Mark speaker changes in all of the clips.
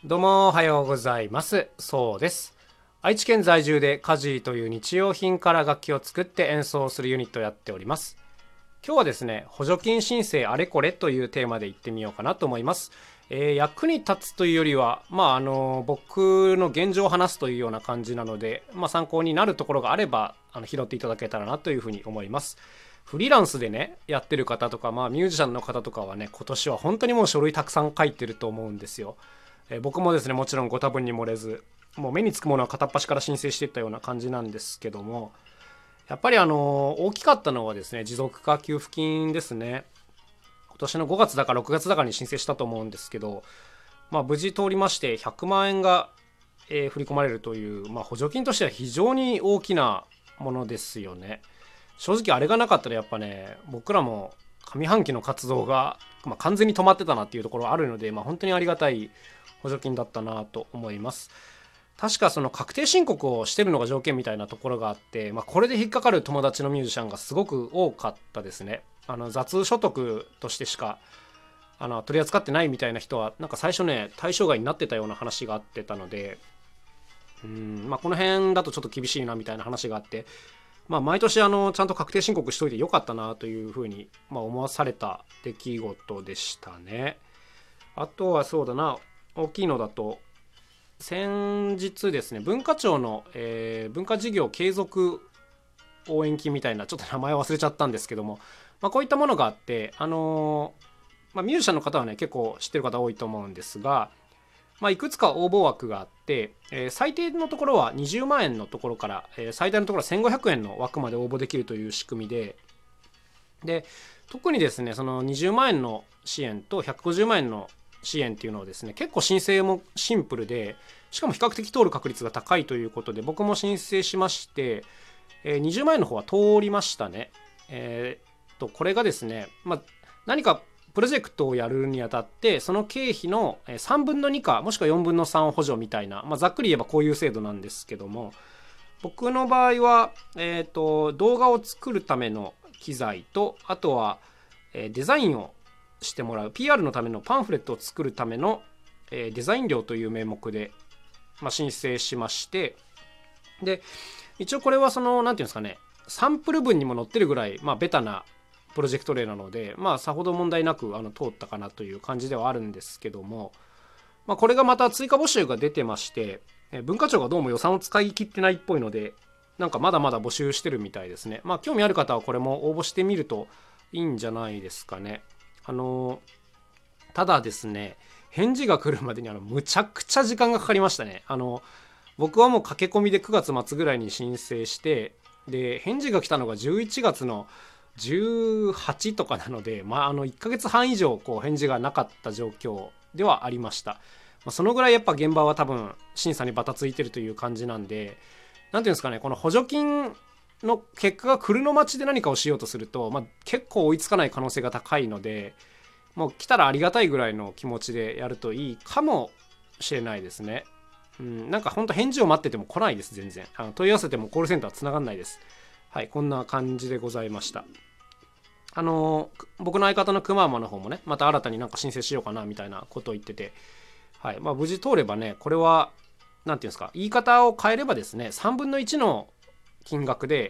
Speaker 1: どうもおはようございます。そうです。愛知県在住でカジーという日用品から楽器を作って演奏するユニットをやっております。今日はですね、補助金申請あれこれというテーマで行ってみようかなと思います。役に立つというよりは、僕の現状を話すというような感じなので、参考になるところがあれば拾っていただけたらなというふうに思います。フリーランスでね、やってる方とか、ミュージシャンの方とかはね、今年は本当にもう書類たくさん書いてると思うんですよ。僕もですね、もちろんご多分に漏れず、もう目につくものは片っ端から申請していったような感じなんですけども、やっぱり大きかったのはですね、持続化給付金ですね。今年の5月だか6月だかに申請したと思うんですけど、無事通りまして100万円が、振り込まれるという、補助金としては非常に大きなものですよね。正直あれがなかったらやっぱね、僕らも上半期の活動が、完全に止まってたなっていうところがあるので、本当にありがたい補助金だったなと思います。確かその確定申告をしてるのが条件みたいなところがあって、これで引っかかる友達のミュージシャンがすごく多かったですね。雑所得としてしか取り扱ってないみたいな人はなんか最初ね対象外になってたような話があってたので、この辺だとちょっと厳しいなみたいな話があって、毎年ちゃんと確定申告しといてよかったなというふうに思わされた出来事でしたね。あとはそうだな、大きいのだと先日ですね、文化庁の、文化事業継続応援金みたいな、ちょっと名前忘れちゃったんですけども、こういったものがあって、ミュージシャンの方はね結構知ってる方多いと思うんですが、いくつか応募枠があって、最低のところは20万円のところから、最大のところは1500円の枠まで応募できるという仕組みで、特にですねその20万円の支援と150万円の支援っていうのはですね、結構申請もシンプルで、しかも比較的通る確率が高いということで、僕も申請しまして、20万円の方は通りましたね。これがですね、何かプロジェクトをやるにあたってその経費の3分の2かもしくは4分の3を補助みたいな、ざっくり言えばこういう制度なんですけども、僕の場合は、動画を作るための機材と、あとはデザインをしてもらう PR のためのパンフレットを作るためのデザイン料という名目で、申請しまして、で一応これはその何ていうんですかね、サンプル文にも載ってるぐらいベタなプロジェクト例なので、さほど問題なく通ったかなという感じではあるんですけども、これがまた追加募集が出てまして、文化庁がどうも予算を使い切ってないっぽいので、なんかまだまだ募集してるみたいですね。興味ある方はこれも応募してみるといいんじゃないですかね。ただですね、返事が来るまでにむちゃくちゃ時間がかかりましたね。僕はもう駆け込みで9月末ぐらいに申請して、で返事が来たのが11月の18とかなので、1ヶ月半以上返事がなかった状況ではありました。そのぐらいやっぱ現場は多分審査にバタついてるという感じなんで、なんていうんですかね、この補助金の結果が来るの待ちで何かをしようとすると、結構追いつかない可能性が高いので、もう来たらありがたいぐらいの気持ちでやるといいかもしれないですね。なんか本当返事を待ってても来ないです。全然問い合わせてもコールセンター繋がんないです。はい、こんな感じでございました。僕の相方のくままの方もね、また新たになんか申請しようかなみたいなことを言ってて、はい、無事通ればね、これはなんていうんですか、言い方を変えればですね、3分の1の金額で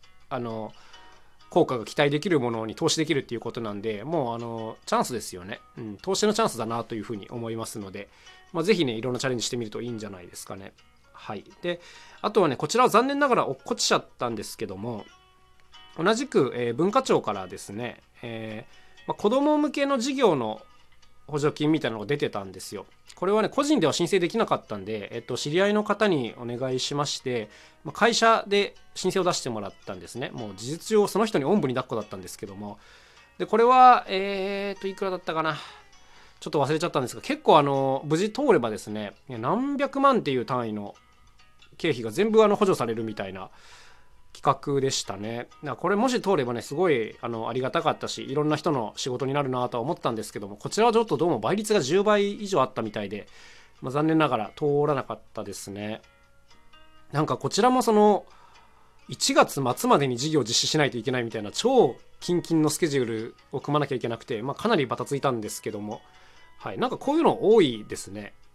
Speaker 1: 効果が期待できるものに投資できるっていうことなんで、もうチャンスですよね。投資のチャンスだなというふうに思いますので、ぜひねいろんなチャレンジしてみるといいんじゃないですかね。はい。であとはね、こちらは残念ながら落っこちちゃったんですけども、同じく、文化庁からですね、子ども向けの事業の補助金みたいなのが出てたんですよ。これはね個人では申請できなかったんで、知り合いの方にお願いしまして、会社で申請を出してもらったんですね。もう事実上その人におんぶに抱っこだったんですけども、でこれはいくらだったかな、ちょっと忘れちゃったんですが、結構無事通ればですね、何百万っていう単位の経費が全部補助されるみたいな企画でしたね。これもし通ればね、すごいありがたかったし、いろんな人の仕事になるなとは思ったんですけども、こちらはちょっとどうも倍率が10倍以上あったみたいで、残念ながら通らなかったですね。なんかこちらもその1月末までに事業を実施しないといけないみたいな超緊々のスケジュールを組まなきゃいけなくて、かなりバタついたんですけども、はい、なんかこういうの多いですね。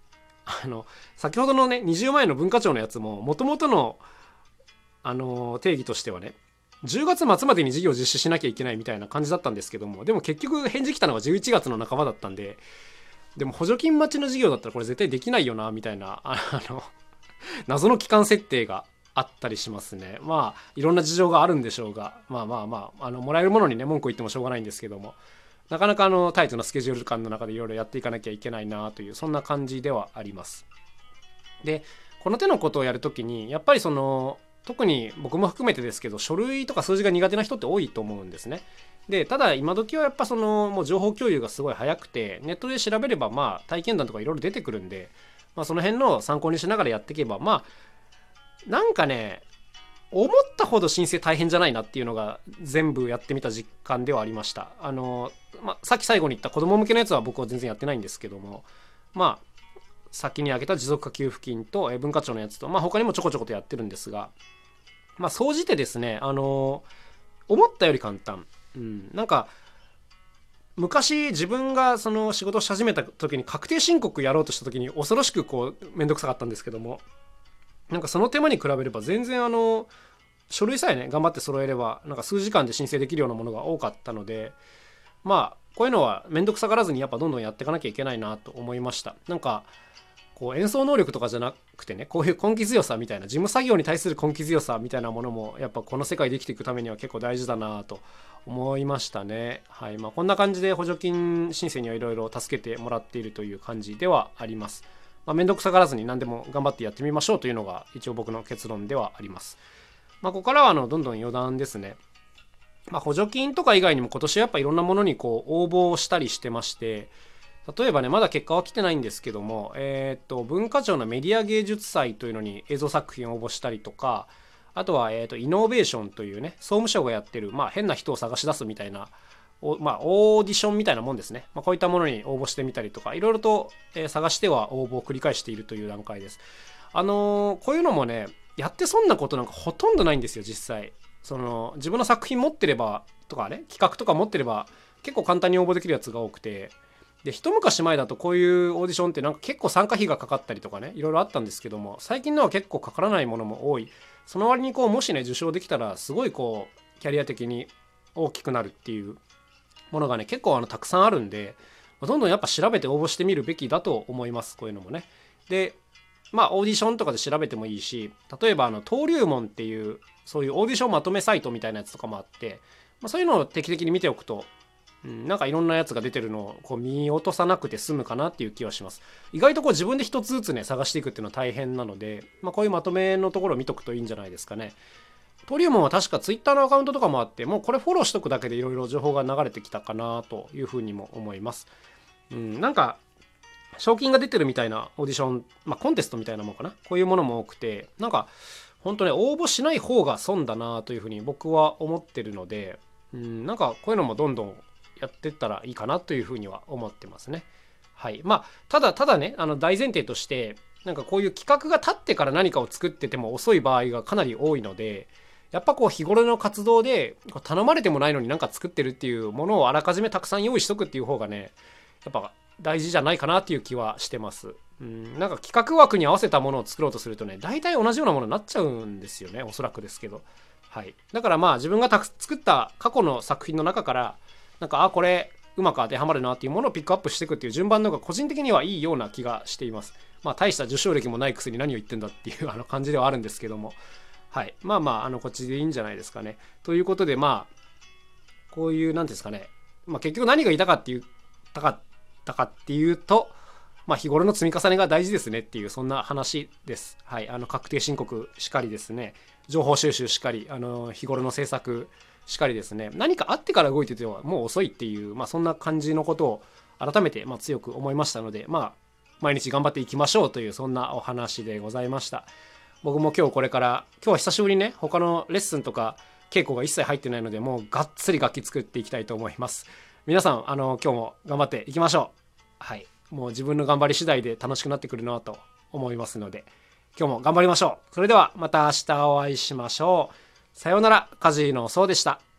Speaker 1: 先ほどのね20万円の文化庁のやつも元々の定義としてはね10月末までに事業を実施しなきゃいけないみたいな感じだったんですけども、でも結局返事来たのが11月の半ばだったんで、でも補助金待ちの事業だったらこれ絶対できないよなみたいな謎の期間設定があったりしますね。まあいろんな事情があるんでしょうが、もらえるものにね文句言ってもしょうがないんですけども、なかなかタイトなスケジュール感の中でいろいろやっていかなきゃいけないなという、そんな感じではあります。でこの手のことをやるときにやっぱり特に僕も含めてですけど、書類とか数字が苦手な人って多いと思うんですね。でただ今時はやっぱもう情報共有がすごい早くて、ネットで調べればまあ体験談とかいろいろ出てくるんで、その辺の参考にしながらやっていけば、なんかね思ったほど申請大変じゃないなっていうのが全部やってみた実感ではありました。さっき最後に言った子供向けのやつは僕は全然やってないんですけども、先に挙げた持続化給付金と文化庁のやつと、他にもちょこちょことやってるんですが、総じてですね思ったより簡単。なんか昔自分が仕事をし始めた時に確定申告やろうとした時に恐ろしくめんどくさかったんですけども、なんかその手間に比べれば全然書類さえね頑張って揃えればなんか数時間で申請できるようなものが多かったので、こういうのはめんどくさがらずにやっぱどんどんやっていかなきゃいけないなと思いました。なんか演奏能力とかじゃなくてね、こういう根気強さみたいな、事務作業に対する根気強さみたいなものもやっぱこの世界で生きていくためには結構大事だなと思いましたね。はい。こんな感じで補助金申請にはいろいろ助けてもらっているという感じではあります。めんどくさがらずに何でも頑張ってやってみましょうというのが一応僕の結論ではあります。ここからはどんどん余談ですね。補助金とか以外にも今年はやっぱいろんなものに応募したりしてまして、例えばねまだ結果は来てないんですけども、文化庁のメディア芸術祭というのに映像作品を応募したりとか、あとはイノベーションというね総務省がやってる変な人を探し出すみたいなオーディションみたいなもんですね。こういったものに応募してみたりとか、いろいろと探しては応募を繰り返しているという段階です。こういうのもねやって損なことなんかほとんどないんですよ実際。自分の作品持ってればとかね、企画とか持ってれば結構簡単に応募できるやつが多くて、で一昔前だとこういうオーディションってなんか結構参加費がかかったりとかねいろいろあったんですけども、最近のは結構かからないものも多い。その割にもしね受賞できたらすごいキャリア的に大きくなるっていうものがね結構たくさんあるんで、どんどんやっぱ調べて応募してみるべきだと思います。こういうのもね。でオーディションとかで調べてもいいし、例えば登竜門っていうそういうオーディションまとめサイトみたいなやつとかもあって、そういうのを定期的に見ておくと、なんかいろんなやつが出てるのを見落とさなくて済むかなっていう気はします。意外と自分で一つずつね探していくっていうのは大変なので、こういうまとめのところを見とくといいんじゃないですかね。登竜門は確かツイッターのアカウントとかもあって、もうこれフォローしとくだけでいろいろ情報が流れてきたかなというふうにも思います。なんか賞金が出てるみたいなオーディション、コンテストみたいなもんかな、こういうものも多くて、なんか本当ね応募しない方が損だなというふうに僕は思ってるので、なんかこういうのもどんどんやってったらいいかなというふうには思ってますね。はい。ただね大前提として、なんかこういう企画が立ってから何かを作ってても遅い場合がかなり多いので、やっぱ日頃の活動で頼まれてもないのになんか作ってるっていうものをあらかじめたくさん用意しとくっていう方がねやっぱ大事じゃないかなっていう気はしてます。なんか企画枠に合わせたものを作ろうとするとね大体同じようなものになっちゃうんですよね、おそらくですけど。はい。だから自分が作った過去の作品の中からなんかこれうまく当てはまるなっていうものをピックアップしていくっていう順番の方が個人的にはいいような気がしています。大した受賞歴もないくせに何を言ってんだっていう感じではあるんですけども、はい。こっちでいいんじゃないですかね。ということでこういうなんですかね、結局何が言いたかったかっていうと、日頃の積み重ねが大事ですねっていう、そんな話です。はい。確定申告しかりですね、情報収集しかり、日頃の制作しかりですね、何かあってから動いててはもう遅いっていう、そんな感じのことを改めて強く思いましたので、毎日頑張っていきましょうという、そんなお話でございました。僕も今日は久しぶりにね他のレッスンとか稽古が一切入ってないので、もうがっつり楽器作っていきたいと思います。皆さん今日も頑張っていきましょう。はい。もう自分の頑張り次第で楽しくなってくるなと思いますので、今日も頑張りましょう。それではまた明日お会いしましょう。さようなら。カジノそうでした。